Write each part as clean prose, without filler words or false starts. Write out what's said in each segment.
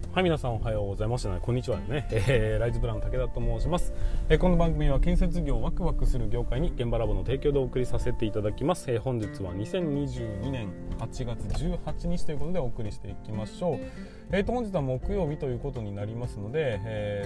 はい、皆さんおはようございます。こんにちはね、ライズプランの武田と申します。この番組は建設業ワクワクする業界に現場ラボの提供でお送りさせていただきます。本日は2022年8月18日ということでお送りしていきましょう。本日は木曜日ということになりますので、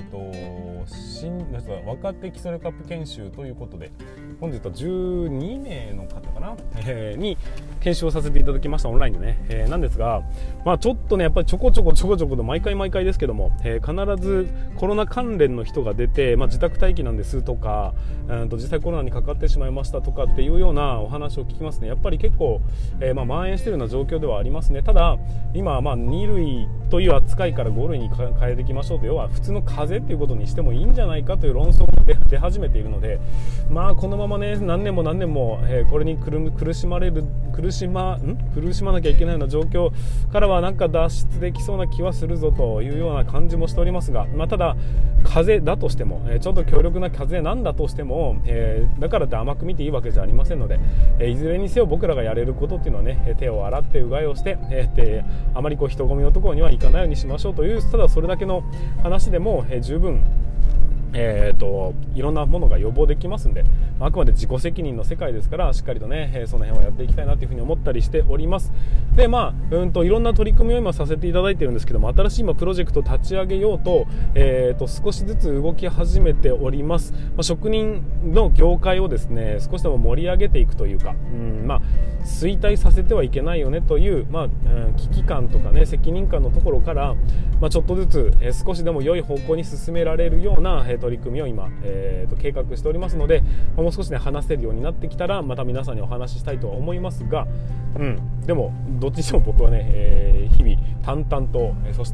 若手基礎力アップ研修ということで本日は12名の方かな、に研修をさせていただきました。オンラインでね、なんですが、ちょっとねやっぱりちょこちょこと毎回ですけども、必ずコロナ関連の人が出て、自宅待機なんですとか、実際コロナにかかってしまいましたとかっていうようなお話を聞きますね。やっぱり結構、蔓延しているような状況ではありますね。ただ今2類という扱いから5類に変えていきましょうと、要は普通の風邪っていうことにしてもいいんじゃないかという論争が出始めているので、このままね何年も、これに苦しまなきゃいけないような状況からはなんか脱出できそうな気はするぞというような感じもしておりますが、ただ風邪だとしても、ちょっと強力な風邪なんだとしても、だからって甘く見ていいわけじゃありませんので、いずれにせよ僕らがやれることっていうのはね、手を洗ってうがいをして、あまり人混みのところには行かないようにしましょうという、ただそれだけの話でも、十分いろんなものが予防できますんで、あくまで自己責任の世界ですから、しっかりとね、その辺はやっていきたいなというふうに思ったりしております。でいろんな取り組みを今させていただいているんですけども、新しいプロジェクトを立ち上げようと、少しずつ動き始めております。職人の業界をですね少しでも盛り上げていくというか、衰退させてはいけないよねという、危機感とかね責任感のところから、ちょっとずつ、少しでも良い方向に進められるような、取り組みを今、計画しておりますので、もう少しね話せるようになってきたらまた皆さんにお話ししたいとは思いますが、でもどっちにしても僕はね、日々淡々と、そして、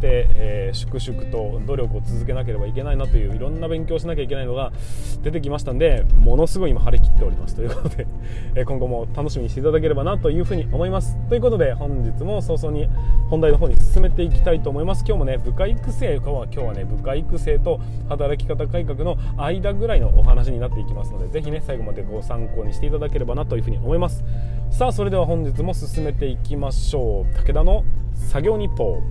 粛々と努力を続けなければいけないなという、いろんな勉強をしなきゃいけないのが出てきましたんで、ものすごい今張り切っておりますということで、今後も楽しみにしていただければなというふうに思います。ということで本日も早々に本題の方に進めていきたいと思います。今日もね部下育成と働き方改革の間ぐらいのお話になっていきますので、ぜひね最後までご参考にしていただければなというふうに思います。さあそれでは本日も進めていきましょう。武田の作業日報。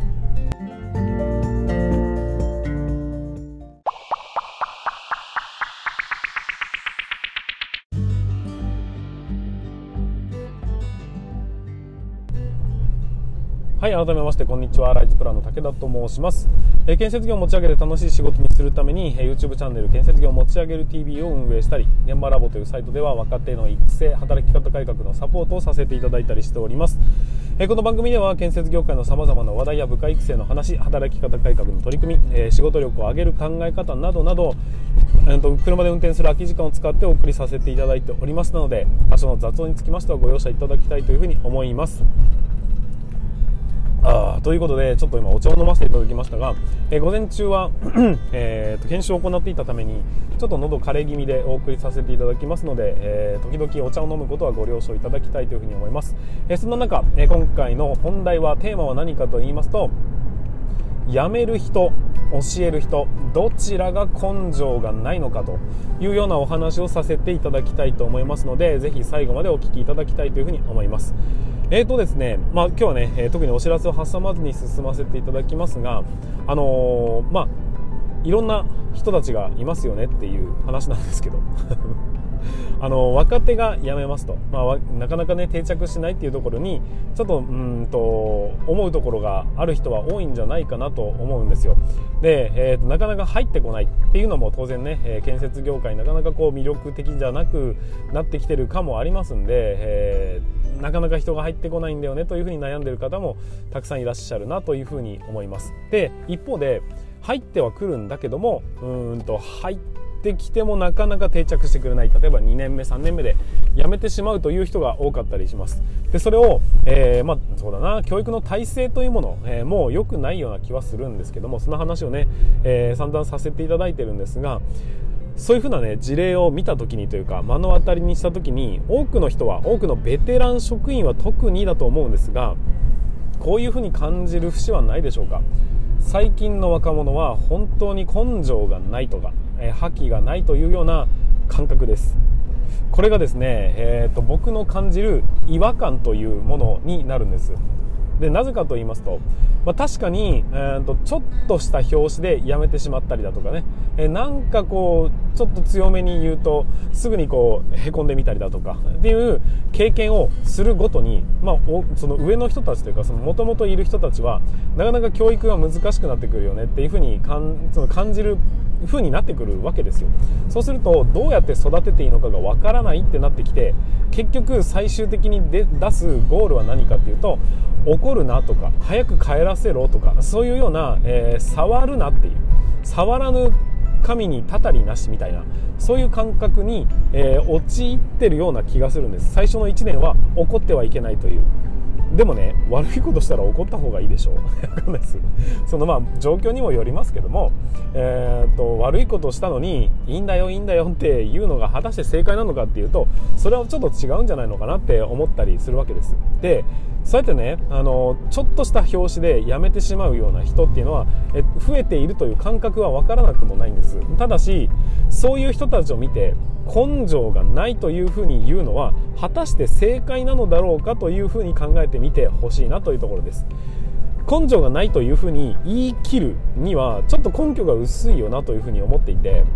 はい、改めましてこんにちは。ライズプランの武田と申します。建設業を持ち上げて楽しい仕事にするために YouTube チャンネル建設業を持ち上げる TV を運営したり、現場ラボというサイトでは若手の育成、働き方改革のサポートをさせていただいたりしております。この番組では建設業界の様々な話題や部下育成の話、働き方改革の取り組み、仕事力を上げる考え方などなど、車で運転する空き時間を使ってお送りさせていただいておりますので、多少の雑音につきましてはご容赦いただきたいというふうに思います。ということでちょっと今お茶を飲ませていただきましたが、午前中は研修を行っていたためにちょっと喉枯れ気味でお送りさせていただきますので、時々お茶を飲むことはご了承いただきたいというふうに思います。そんな中、今回の本題はテーマは何かと言いますと、辞める人、教える人、どちらが根性がないのかというようなお話をさせていただきたいと思いますので、ぜひ最後までお聞きいただきたいというふうに思います。ですね、今日はね、特にお知らせを挟まずに進ませていただきますが、いろんな人たちがいますよねっていう話なんですけど若手が辞めますと、なかなかね定着しないっていうところにちょっと思うところがある人は多いんじゃないかなと思うんですよ。で、なかなか入ってこないっていうのも当然ね、建設業界なかなか魅力的じゃなくなってきてるかもありますんで、なかなか人が入ってこないんだよねというふうに悩んでいる方もたくさんいらっしゃるなというふうに思います。で、一方で入ってはくるんだけども、入ってきてもなかなか定着してくれない、例えば2年目3年目で辞めてしまうという人が多かったりします。でそれを、そうだな、教育の体制というもの、もう良くないような気はするんですけども、その話をね、散々させていただいてるんですが、そういうふうなね事例を見た時にというか目の当たりにした時に、多くのベテラン職員は特にだと思うんですが、こういうふうに感じる節はないでしょうか。最近の若者は本当に根性がないとか、覇気がないというような感覚です。これがですね、僕の感じる違和感というものになるんです。 でなぜかと言いますと、確かに、ちょっとした拍子でやめてしまったりだとかね、なんかこうちょっと強めに言うとすぐにこうへこんでみたりだとかっていう経験をするごとに、その上の人たちというかもともといる人たちはなかなか教育が難しくなってくるよねっていうふうに感じる風になってくるわけですよ。そうするとどうやって育てていいのかがわからないってなってきて、結局最終的に出すゴールは何かっていうと、怒るなとか早く帰らせろとか、そういうような、触るなっていう、触らぬ神にたたりなしみたいな、そういう感覚に、陥ってるような気がするんです。最初の1年は怒ってはいけないという。でもね、悪いことしたら怒った方がいいでしょう。わかんないです。状況にもよりますけども、悪いことをしたのにいいんだよいいんだよっていうのが果たして正解なのかっていうと、それはちょっと違うんじゃないのかなって思ったりするわけです。で、そうやってね、ちょっとした拍子でやめてしまうような人っていうのは増えているという感覚は分からなくもないんです。ただし、そういう人たちを見て根性がないというふうに言うのは果たして正解なのだろうかというふうに考えてみてほしいなというところです。根性がないというふうに言い切るにはちょっと根拠が薄いよなというふうに思っていて、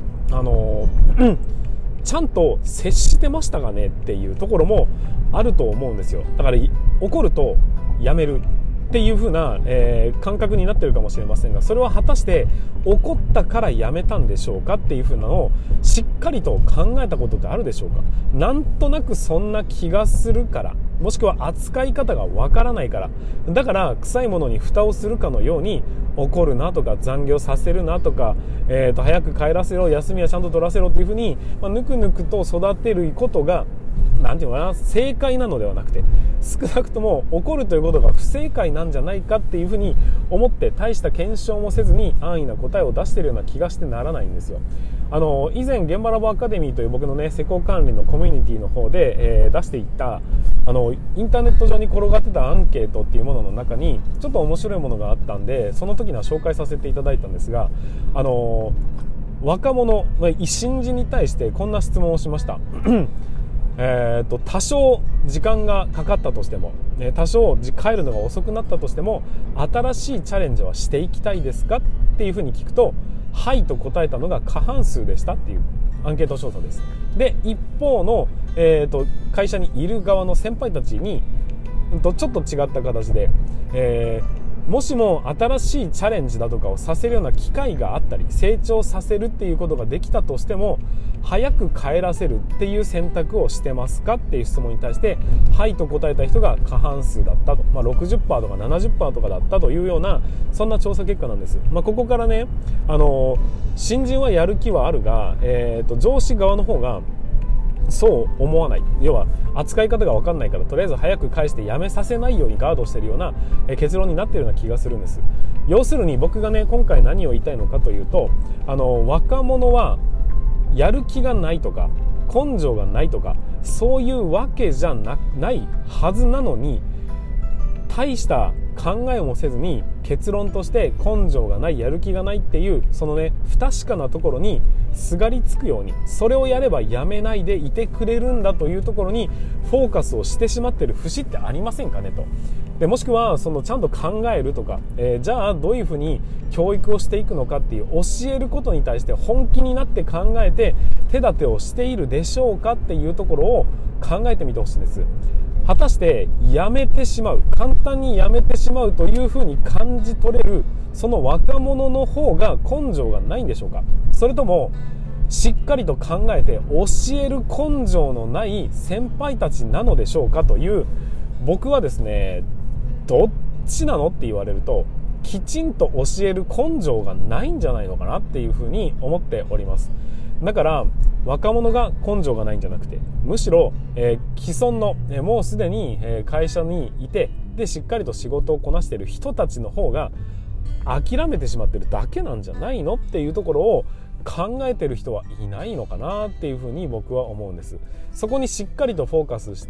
ちゃんと接してましたかねっていうところもあると思うんですよ。だから怒るとやめるっていう風な、感覚になってるかもしれませんが、それは果たして怒ったからやめたんでしょうかっていう風なのをしっかりと考えたことってあるでしょうか。なんとなくそんな気がするから、もしくは扱い方がわからないから、だから臭いものに蓋をするかのように怒るなとか残業させるなとか、早く帰らせろ、休みはちゃんと取らせろっていう風に、ぬくぬくと育てることがなんていうのかな、正解なのではなくて、少なくとも怒るということが不正解なんじゃないかっていうふうに思って、大した検証もせずに安易な答えを出しているような気がしてならないんですよ。以前現場ラボアカデミーという僕のね、施工管理のコミュニティの方で、出していったインターネット上に転がってたアンケートっていうものの中にちょっと面白いものがあったんで、その時には紹介させていただいたんですが、若者新人に対してこんな質問をしました多少時間がかかったとしても、多少帰るのが遅くなったとしても、新しいチャレンジはしていきたいですかっていうふうに聞くと、はいと答えたのが過半数でしたっていうアンケート調査です。で、一方の、会社にいる側の先輩たちにちょっと違った形で、もしも新しいチャレンジだとかをさせるような機会があったり、成長させるっていうことができたとしても、早く帰らせるっていう選択をしてますかっていう質問に対して、はいと答えた人が過半数だったと、60% とか 70% とかだったというような、そんな調査結果なんです。ここからね、新人はやる気はあるが、上司側の方がそう思わない、要は扱い方が分かんないから、とりあえず早く返してやめさせないようにガードしているような結論になっているような気がするんです。要するに僕がね、今回何を言いたいのかというと、若者はやる気がないとか根性がないとかそういうわけじゃないはずなのに、大した考えもせずに結論として根性がない、やる気がないっていうそのね、不確かなところにすがりつくように、それをやればやめないでいてくれるんだというところにフォーカスをしてしまっている節ってありませんかねと。でもしくはちゃんと考えるとか、じゃあどういうふうに教育をしていくのかっていう、教えることに対して本気になって考えて手立てをしているでしょうかっていうところを考えてみてほしいんです。果たしてやめてしまう、簡単にやめてしまうというふうに感じ取れるその若者の方が根性がないんでしょうか。それともしっかりと考えて教える根性のない先輩たちなのでしょうかという、僕はですね、どっちなのって言われると、きちんと教える根性がないんじゃないのかなっていうふうに思っております。だから若者が根性がないんじゃなくて、むしろ、既存の、もうすでに、会社にいて、でしっかりと仕事をこなしている人たちの方が諦めてしまってるだけなんじゃないのっていうところを考えてる人はいないのかなっていうふうに僕は思うんです。そこにしっかりとフォーカスして、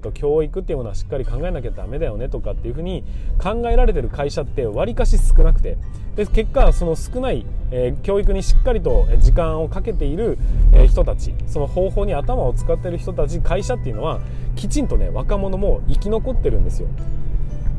教育っていうものはしっかり考えなきゃダメだよねとかっていうふうに考えられてる会社ってわりかし少なくて、で結果その少ない、教育にしっかりと時間をかけている、人たち、その方法に頭を使っている人たち、会社っていうのはきちんとね、若者も生き残ってるんですよ。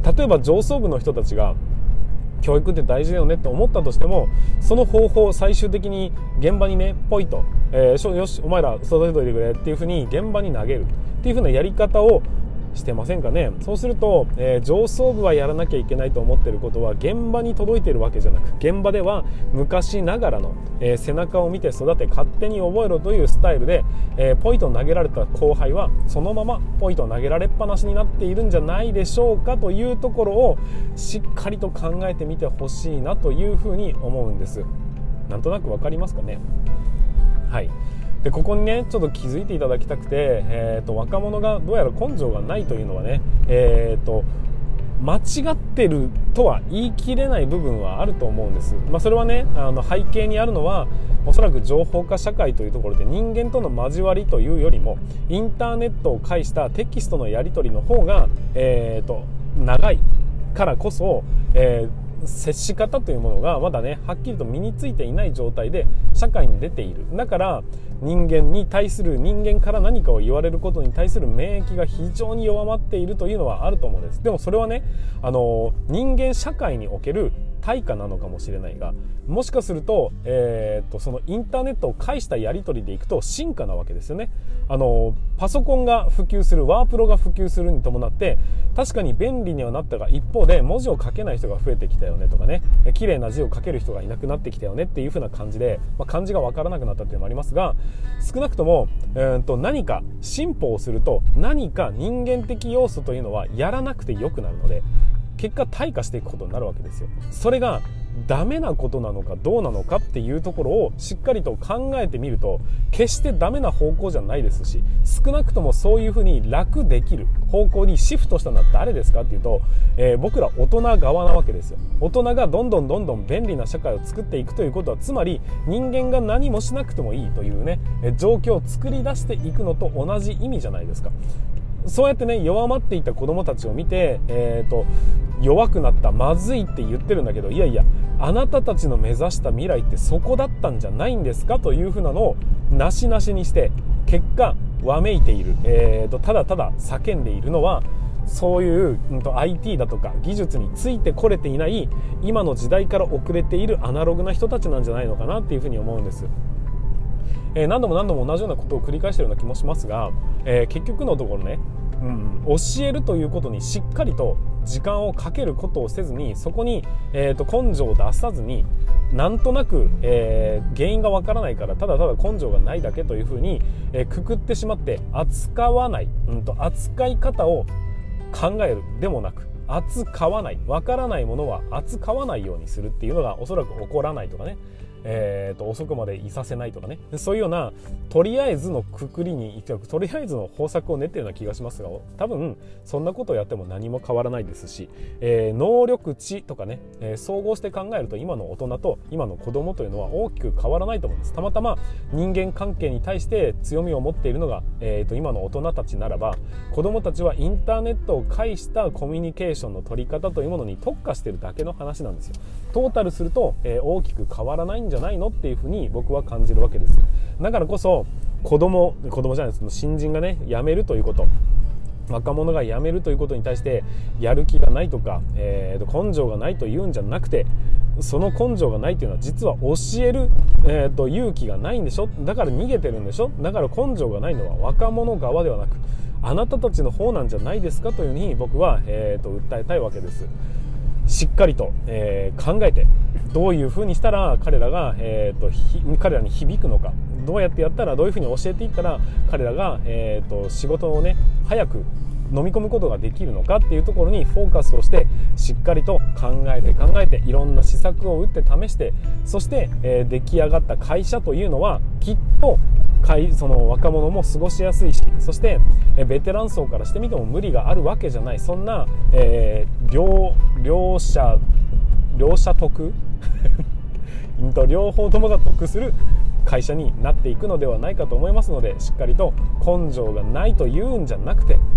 例えば上層部の人たちが教育って大事だよねって思ったとしても、その方法を最終的に現場にねポイと、よしお前ら育てといてくれっていうふうに現場に投げるっていうふうなやり方をしてませんかね。そうすると、上層部はやらなきゃいけないと思っていることは現場に届いているわけじゃなく、現場では昔ながらの、背中を見て育て勝手に覚えろというスタイルで、ポイと投げられた後輩はそのままポイと投げられっぱなしになっているんじゃないでしょうかというところをしっかりと考えてみてほしいなというふうに思うんです。なんとなくわかりますかね。はい。でここにねちょっと気づいていただきたくて、若者がどうやら根性がないというのはね、間違ってるとは言い切れない部分はあると思うんです。それはね背景にあるのはおそらく情報化社会というところで人間との交わりというよりもインターネットを介したテキストのやり取りの方が、長いからこそ、接し方というものがまだねはっきりと身についていない状態で社会に出ている。だから人間から何かを言われることに対する免疫が非常に弱まっているというのはあると思うんです。でもそれはね人間社会における対価なのかもしれないが、もしかすると、そのインターネットを介したやり取りでいくと進化なわけですよね。パソコンが普及する、ワープロが普及するに伴って確かに便利にはなったが、一方で文字を書けない人が増えてきたよねとかね、綺麗な字を書ける人がいなくなってきたよねっていう風な感じで、漢字が分からなくなったっていうのもありますが、少なくとも、何か進歩をすると何か人間的要素というのはやらなくてよくなるので、結果退化していくことになるわけですよ。それがダメなことなのかどうなのかっていうところをしっかりと考えてみると、決してダメな方向じゃないですし、少なくともそういうふうに楽できる方向にシフトしたのは誰ですかっていうと、僕ら大人側なわけですよ。大人がどんどん便利な社会を作っていくということは、つまり人間が何もしなくてもいいというね状況を作り出していくのと同じ意味じゃないですか。そうやってね弱まっていた子どもたちを見て、弱くなった、まずいって言ってるんだけど、いやいやあなたたちの目指した未来ってそこだったんじゃないんですかというふうなのをなしなしにして、結果わめいている、ただただ叫んでいるのはそういう、IT だとか技術についてこれていない今の時代から遅れているアナログな人たちなんじゃないのかなっていうふうに思うんです。何度も同じようなことを繰り返しているような気もしますが、結局のところね、教えるということにしっかりと時間をかけることをせずに、そこに、根性を出さずに、なんとなく、原因がわからないからただただ根性がないだけというふうに、くくってしまって扱わない、扱い方を考えるでもなく、扱わない、わからないものは扱わないようにするっていうのがおそらく起こらないとかね、遅くまでいさせないとかね、そういうようなとりあえずのくくりに、とりあえずの方策を練っているような気がしますが、多分そんなことをやっても何も変わらないですし、能力値とかね、総合して考えると今の大人と今の子供というのは大きく変わらないと思うんです。たまたま人間関係に対して強みを持っているのが、今の大人たちならば、子供たちはインターネットを介したコミュニケーションの取り方というものに特化しているだけの話なんですよ。トータルすると、大きく変わらないんじゃないのっていうふうに僕は感じるわけです。だからこそ子供じゃないです、新人がね辞めるということ、若者が辞めるということに対してやる気がないとか、根性がないというんじゃなくて、その根性がないというのは実は教える、勇気がないんでしょ、だから逃げてるんでしょ、だから根性がないのは若者側ではなくあなたたちの方なんじゃないですかというふうに僕は、訴えたいわけです。しっかりと、考えてどういうふうにしたら彼らに響くのか、どうやってやったら、どういうふうに教えていったら彼らが、仕事をね早く飲み込むことができるのかっていうところにフォーカスをして、しっかりと考えていろんな施策を打って試して、そして、出来上がった会社というのはきっとその若者も過ごしやすいし、そしてベテラン層からしてみても無理があるわけじゃない、そんな、両者得両方ともが得する会社になっていくのではないかと思いますので、しっかりと根性がないというんじゃなくて、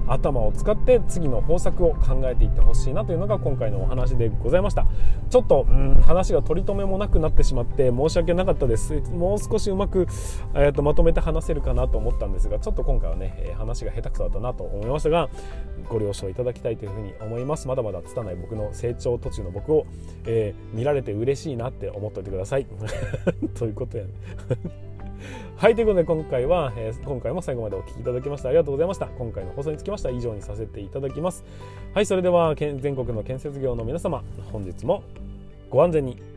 頭を使って次の方策を考えていってほしいなというのが今回のお話でございました。ちょっと話が取り留めもなくなってしまって申し訳なかったです。もう少しうまく、まとめて話せるかなと思ったんですが、ちょっと今回はね、話が下手くそだったなと思いましたが、ご了承いただきたいというふうに思います。まだまだ拙い僕の成長途中の僕を、見られて嬉しいなって思っておいてくださいということやねはい、ということで今回も最後までお聞きいただきましてありがとうございました。今回の放送につきましては以上にさせていただきます。はい、それでは全国の建設業の皆様、本日もご安全に。